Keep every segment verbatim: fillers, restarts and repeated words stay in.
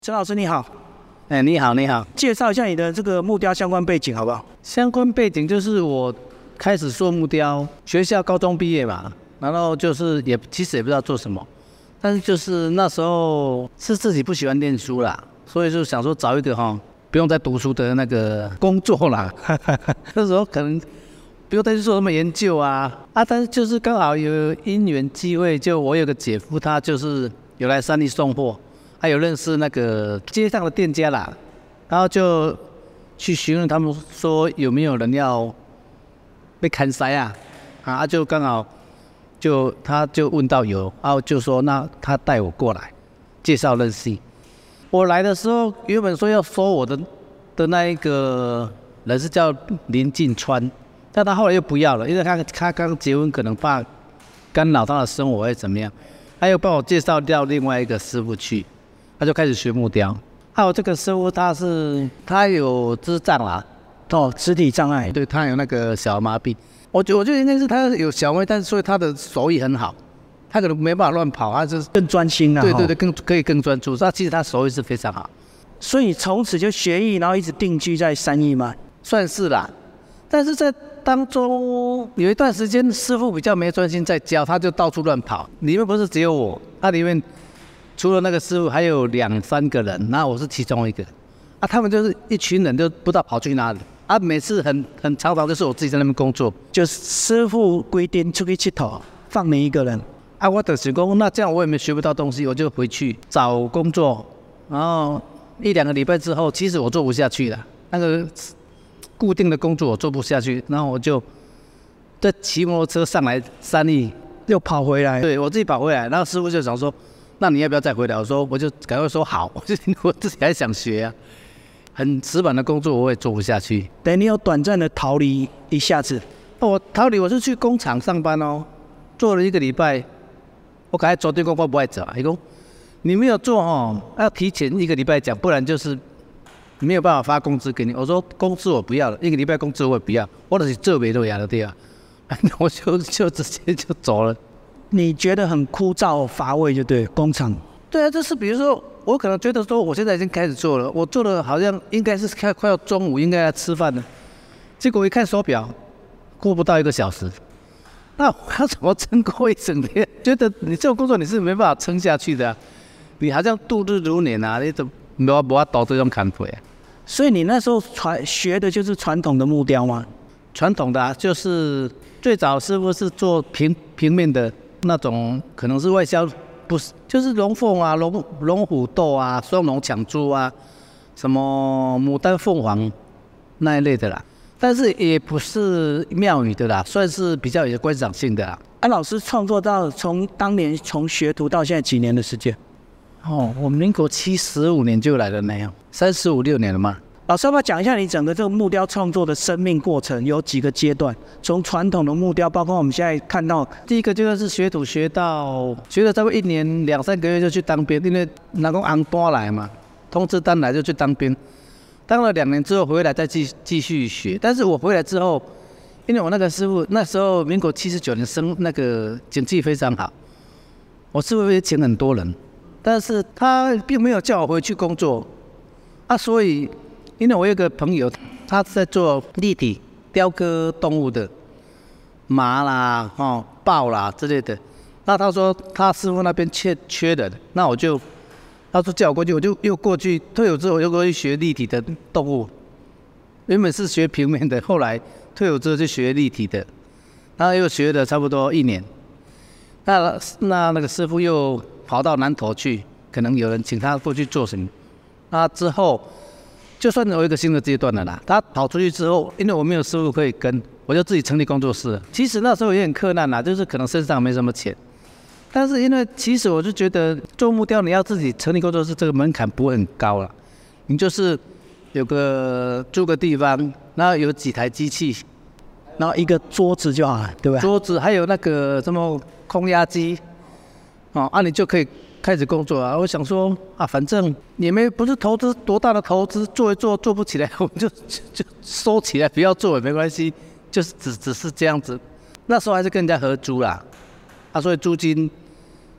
陈老师你好， 哎、欸，你好，你好， 介绍一下你的这个木雕相关背景好不好？ 相关背景就是我开始做木雕，学校高中毕业嘛，然后就是也其实也不知道做什么，但是就是那时候是自己不喜欢念书啦，所以就想说找一个哈不用再读书的那个工作啦。那时候可能不用再去做什么研究啊啊，但是就是刚好有因缘机会，就我有个姐夫，他就是有来三立送货。还有认识那个街上的店家啦，然后就去询问他们说有没有人要被砍腮啊，啊就刚好就他就问到有，然后就说那他带我过来介绍认识。我来的时候原本说要收我的的那一个人是叫林进川，但他后来又不要了，因为他他刚结婚，可能怕干扰他的生活会怎么样，他又帮我介绍掉另外一个师傅去。他就开始学木雕，还有这个师傅他是他有智障啦， 哦，肢体障碍， 对他有那个小麻痹，我觉我觉得应该是他有小麻痹，但是所以他的手艺很好，他可能没办法乱跑，他就是更专心啊， 对对对，更可以更专注。他其实他手艺是非常好， 所以你从此就学艺，然后一直定居在三义吗？ 算是啦，但是在当中有一段时间师傅比较没专心在教，他就到处乱跑，里面不是只有我，他里面。除了那个师傅，还有两三个人，那我是其中一个。啊，他们就是一群人，就不知道跑去哪里。啊，每次很很常常就是我自己在那边工作， 就师傅规定出去佚佗，放你一个人。 啊，我的想说，那这样我也没学不到东西，我就回去找工作。然后一两个礼拜之后，其实我做不下去了，那个固定的工作我做不下去，然后我就再骑摩托车上来三义， 又跑回来。 对我自己跑回来，然后师傅就想说。那你要不要再回来？我说，我就赶快说好，我就我自己还想学啊，很死板的工作我也做不下去。 等你有短暂的逃离一下子， 我逃离我是去工厂上班哦，做了一个礼拜，我赶快昨天工我不爱走，他说你没有做哦，要提前一个礼拜讲，不然就是没有办法发工资给你。我说工资我不要了，一个礼拜工资我也不要，我就是做不到呀的对啊，我就就直接就走了。 你觉得很枯燥乏味就对，工厂。 对啊，就是比如说，我可能觉得说，我现在已经开始做了，我做的好像应该是快快要中午应该要吃饭了，结果一看手表，过不到一个小时，那我要怎么撑过一整天？觉得你这种工作你是没办法撑下去的、啊，你好像度日如年啊，你怎么没有办法倒这种坎腿啊？ 所以你那时候传学的就是传统的木雕吗？ 传统的、啊、就是最早师傅是做平平面的。那种可能是外销，不是就是龙凤啊、龙龙虎斗啊、双龙抢珠啊，什么牡丹凤凰那一类的啦。但是也不是庙宇的啦，算是比较有观赏性的啦。 啊，老师创作到从当年从学徒到现在几年的时间？ 哦，我民国七十五年就来了那样，三十五六年了嘛。 老师要不要讲一下你整个这个木雕创作的生命过程？有几个阶段？从传统的木雕，包括我们现在看到， 第一个阶段是学徒学到学了差不多一年两三个月就去当兵，因为那个昂单来嘛，通知单来就去当兵，当了两年之后回来再继继续学。但是我回来之后，因为我那个师傅那时候民国七十九年生那个经济非常好，我师傅也请很多人，但是他并没有叫我回去工作啊，所以。因为我有个朋友，他在做立体雕刻动物的，马啦、哦豹啦之类的。那他说他师傅那边缺缺人，那我就他说叫我过去，我就又过去。退伍之后又过去学立体的动物，原本是学平面的，后来退伍之后就学立体的，然后又学了差不多一年。那那那个师傅又跑到南投去，可能有人请他过去做什么。那之后。就算有一个新的阶段了啦，他跑出去之后，因为我没有师傅可以跟，我就自己成立工作室。其实那时候也很困难啦，就是可能身上没什么钱，但是因为其实我就觉得做木雕，你要自己成立工作室，这个门槛不会很高啦，你就是有个租个地方，然后有几台机器， 然后一个桌子就好了，对不对？ 桌子还有那个什么空压机，哦，啊，你就可以。开始工作啊，我想说啊，反正也没不是投资多大的投资，做一做做不起来，我们就就就收起来，不要做也没关系，就是只只是这样子。那时候还是跟人家合租啦，啊，所以租金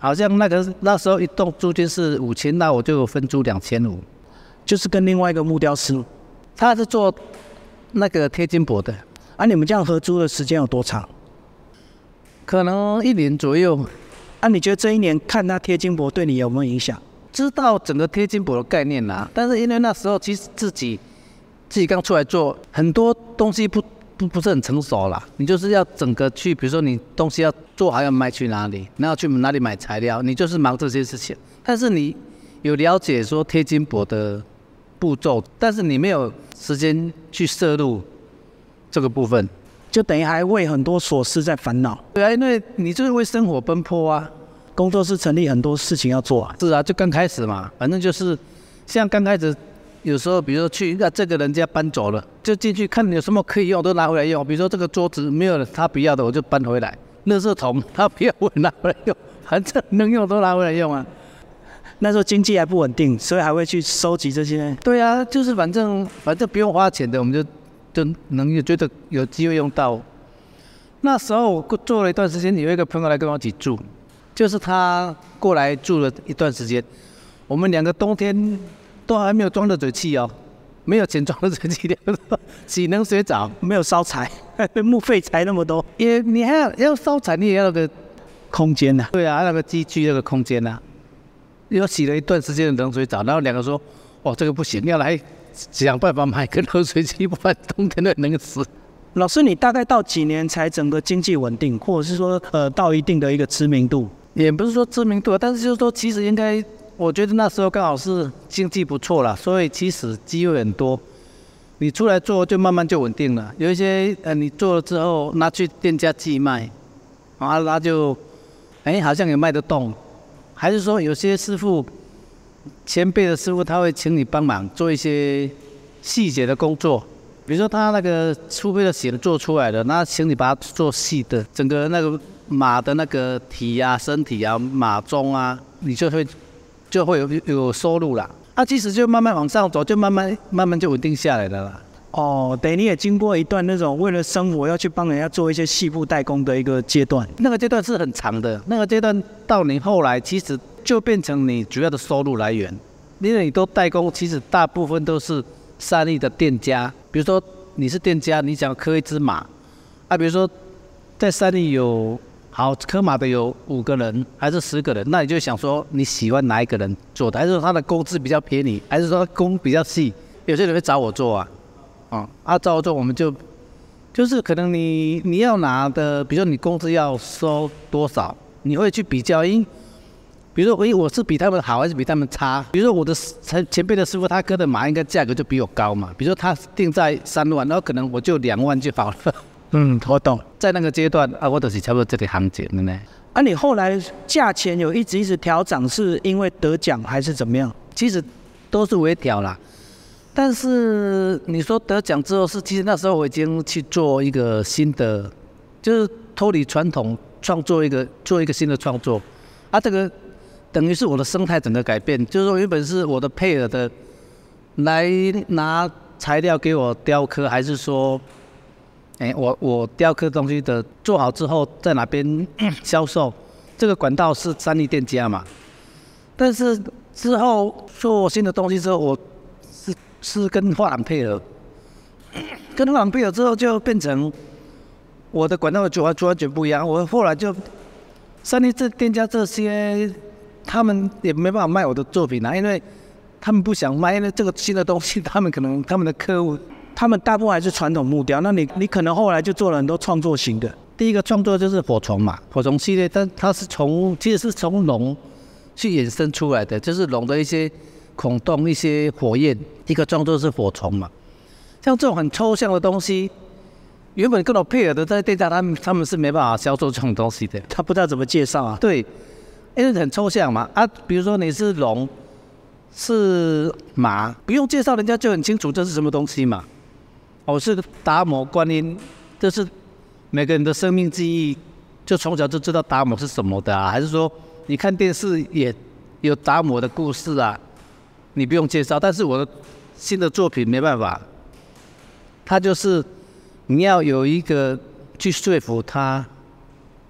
好像那个那时候一栋租金是五千，那我就分租两千五， 就是跟另外一个木雕师， 他是做那个贴金箔的。 啊，你们这样合租的时间有多长？ 可能一年左右。 啊，你觉得这一年看他贴金箔对你有没有影响？ 知道整个贴金箔的概念啦，但是因为那时候其实自己自己刚出来做，很多东西不不不是很成熟啦。你就是要整个去，比如说你东西要做好要卖去哪里，然后去哪里买材料，你就是忙这些事情。但是你有了解说贴金箔的步骤，但是你没有时间去摄入这个部分。 就等于还为很多琐事在烦恼。 对啊，因为你就是为生活奔波啊， 工作室成立很多事情要做啊。 是啊，就刚开始嘛，反正就是像刚开始，有时候比如说去，那这个人家搬走了，就进去看有什么可以用都拿回来用。比如说这个桌子没有了他不要的，我就搬回来。垃圾桶他不要我拿回来用，反正能用都拿回来用啊。 那时候经济还不稳定，所以还会去收集这些。 对啊，就是反正反正不用花钱的，我们就。就能有觉得有机会用到。那时候我做了一段时间，有一个朋友来跟我一起住，就是他过来住了一段时间。我们两个冬天都还没有装热水器哦，没有钱装热水器，只能水澡， 没有烧柴，木废材那么多， 也你还要要烧柴，你也要那个空间呐、啊。 对啊，那个机具那个空间呐、啊，又洗了一段时间的冷水澡，然后两个说，哦，这个不行，要来。想办法买个热水器，不然冬天都能死。 老师，你大概到几年才整个经济稳定，或者是说，呃，到一定的一个知名度？ 也不是说知名度，但是就是说，其实应该，我觉得那时候刚好是经济不错啦，所以其实机会很多。你出来做就慢慢就稳定了。有一些呃，你做了之后拿去店家寄卖，啊，那就，哎，好像也卖得动。还是说有些师傅。前辈的师傅他会请你帮忙做一些细节的工作，比如说他那个粗胚的血做出来的，那请你把它做细的，整个那个马的那个体啊、身体啊、马鬃啊，你就会就会有有收入啦。啊，其实就慢慢往上走，就慢慢慢慢就稳定下来了啦。 哦，等于你也经过一段那种为了生活要去帮人家做一些细部代工的一个阶段。 那个阶段是很长的，那个阶段到你后来其实。就变成你主要的收入来源，因为你都代工，其实大部分都是善意的店家。比如说你是店家，你想刻一只马，啊，比如说在善意有好刻马的有五个人还是十个人，那你就想说你喜欢哪一个人做的，还是说他的工资比较便宜，还是说工比较细？有些人会找我做啊，啊，啊找我做，我们就就是可能你你要拿的，比如说你工资要收多少，你会去比较，因。比如说，诶，我是比他们好还是比他们差？比如说我的前前辈的师傅，他割的马应该价格就比我高嘛。比如说他定在三万，然后可能我就两万就好了。 嗯，我懂。 在那个阶段啊，我就是差不多这个行情的呢。 啊，你后来价钱有一直一直调涨，是因为得奖还是怎么样？ 其实都是微调啦。但是你说得奖之后是，其实那时候我已经去做一个新的，就是脱离传统创作一个做一个新的创作啊，这个。等于是我的生态整个改变，就是说原本是我的配额的来拿材料给我雕刻，还是说，哎、欸，我我雕刻东西的做好之后在哪边销售，这个管道是三立店家嘛。但是之后做新的东西之后，我是是跟画廊配合，跟画廊配合之后就变成我的管道就完完全不一样。我后来就三立这店家这些。他们也没办法卖我的作品啊，因为他们不想卖，因为这个新的东西，他们可能他们的客户， 他们大部分还是传统木雕。那你你可能后来就做了很多创作型的。 第一个创作就是火虫嘛，火虫系列，但它是从其实是从龙去衍生出来的，就是龙的一些孔洞、一些火焰。一个创作是火虫嘛，像这种很抽象的东西，原本跟我配合的在店家，他们他们是没办法销售这种东西的， 他不知道怎么介绍啊。 对。因为很抽象嘛，啊，比如说你是龙，是马，不用介绍，人家就很清楚这是什么东西嘛。我、哦、是达摩观音，这是每个人的生命记忆，就从小就知道达摩是什么的啊？还是说你看电视也有达摩的故事啊？你不用介绍，但是我的新的作品没办法，它就是你要有一个去说服他。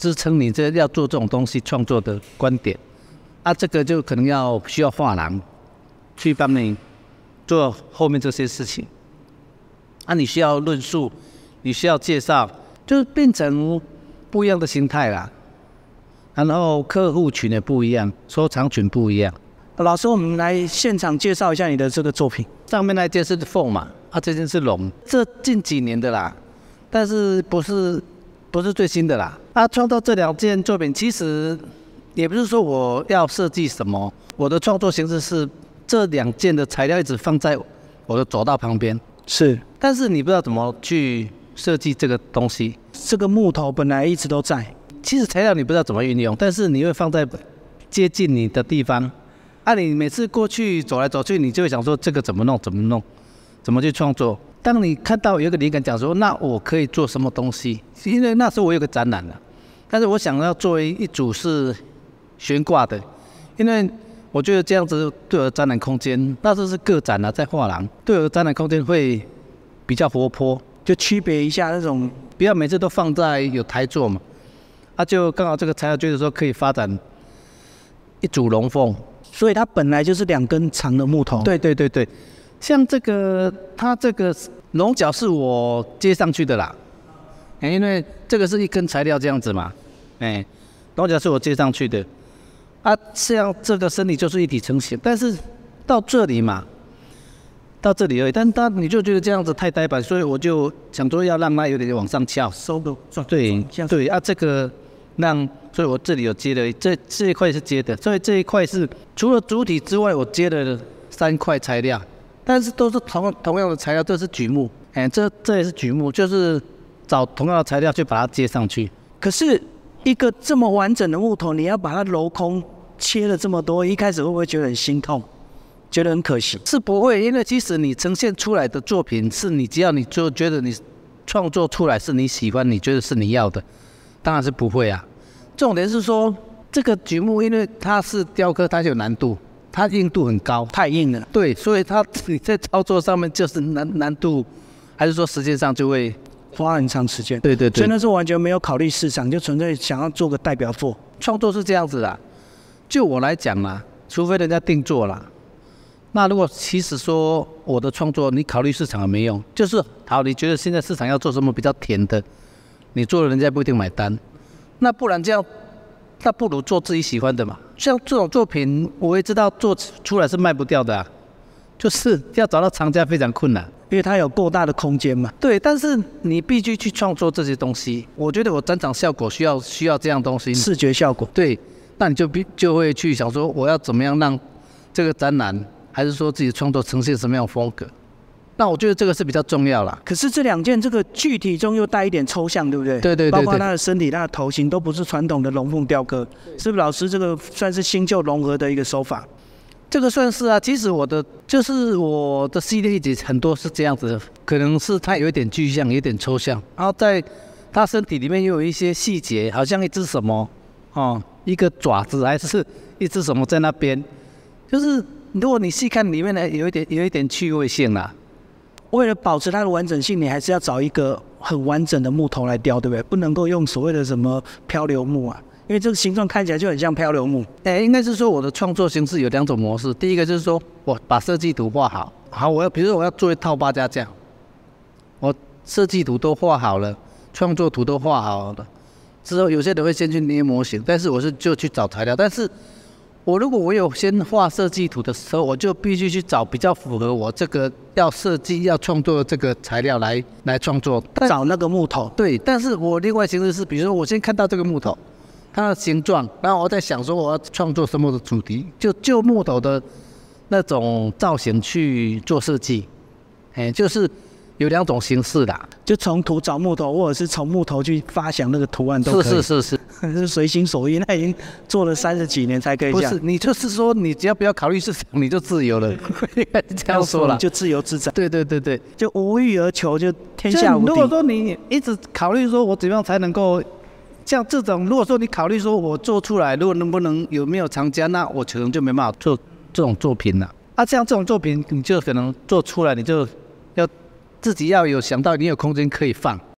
支撑你这要做这种东西创作的观点。啊，这个就可能要需要画廊去帮你做后面这些事情。啊，你需要论述，你需要介绍，就是变成不一样的心态啦。然后客户群也不一样，收藏群不一样。 老师，我们来现场介绍一下你的这个作品。 上面那件是凤嘛，啊，这件是龙，这近几年的啦，但是不是不是最新的啦。啊，创造这两件作品，其实也不是说我要设计什么，我的创作形式是这两件的材料一直放在我的走道旁边， 是， 但是你不知道怎么去设计这个东西。 这个木头本来一直都在， 其实材料你不知道怎么运用，但是你会放在接近你的地方。啊，你每次过去走来走去，你就会想说这个怎么弄，怎么弄，怎么去创作。当你看到有一个灵感，讲说那我可以做什么东西？因为那时候我有个展览了，但是我想要做一组是悬挂的，因为我觉得这样子对我的展览空间，那时候是个展啊，在画廊，对我的展览空间会比较活泼， 就区别一下那种， 不要每次都放在有台座嘛。啊，就刚好这个材料觉得说可以发展一组龙凤。 所以它本来就是两根长的木头。 对对对对，像这个，它这个龙角是我接上去的啦，欸、因为这个是一根材料这样子嘛，哎、欸，龙角是我接上去的，啊，像这个身体就是一体成型，但是到这里嘛，到这里而已，但它你就觉得这样子太呆板，所以我就想说要让它有点往上翘， 收个转， 对对啊，这个让。所以我这里有接的，这这一块是接的，所以这一块是除了主体之外，我接了三块材料，但是都是同同样的材料，这是榉木，哎、欸，这这也是榉木，就是找同样的材料去把它接上去。 可是一个这么完整的木头，你要把它镂空切了这么多，一开始会不会觉得很心痛，觉得很可惜？ 是不会，因为其实你呈现出来的作品是你只要你就觉得你创作出来是你喜欢，你觉得是你要的，当然是不会啊。重点是说，这个榉木因为它是雕刻，它就有难度，它硬度很高， 太硬了。 对，所以它你在操作上面就是难难度，还是说时间上就会花很长时间。 对对对， 所以那时候完全没有考虑市场，就纯粹想要做个代表作。 创作是这样子啦，就我来讲啦，除非人家定做啦。那如果其实说我的创作，你考虑市场也没用，就是好，你觉得现在市场要做什么比较甜的，你做了人家不一定买单。那不然这样，那不如做自己喜欢的嘛。像这种作品，我也知道做出来是卖不掉的啊，就是要找到藏家非常困难， 因为它有够大的空间嘛。 对，但是你必须去创作这些东西。我觉得我展场效果需要需要这样东西， 视觉效果。 对，那你就必就会去想说，我要怎么样让这个展览，还是说自己创作呈现什么样的风格？那我觉得这个是比较重要啦。 可是这两件这个具体中又带一点抽象，对不对？ 对对对对， 包括它的身体、它的头型都不是传统的龙凤雕刻，是不是？老师，这个算是新旧融合的一个手法。 这个算是啊，其实我的就是我的系列一直很多是这样子的，可能是它有一点具象，有一点抽象，然后在它身体里面又有一些细节，好像一只什么哦，一个爪子还是一只什么在那边，就是如果你细看里面呢，有一点有一点趣味性啦。 为了保持它的完整性，你还是要找一个很完整的木头来雕，对不对？不能够用所谓的什么漂流木啊，因为这个形状看起来就很像漂流木。 哎、欸，应该是说我的创作形式有两种模式。第一个就是说我把设计图画好，好，我要比如说我要做一套八家将，我设计图都画好了，创作图都画好了，之后有些人会先去捏模型，但是我是就去找材料，但是。我如果我有先画设计图的时候，我就必须去找比较符合我这个要设计、要创作的这个材料来来创作。 找那个木头。 对，但是我另外形式是，比如说我先看到这个木头，它的形状，然后我在想说我要创作什么的主题，就就木头的那种造型去做设计。哎，就是有两种形式啦， 就从图找木头，或者是从木头去发想那个图案都可以。 是是是是。 是随心所欲，那已经做了三十几年才可以这样。 不是，你就是说，你只要不要考虑市场，你就自由了。应该这样说了， 就自由自在。 对对对对， 就无欲而求，就天下无敌。 如果说你一直考虑说我怎么样才能够像这种，如果说你考虑说我做出来，如果能不能有没有藏家，那我可能就没办法做这种作品了。啊，像这种作品，你就可能做出来，你就要自己要有想到你有空间可以放。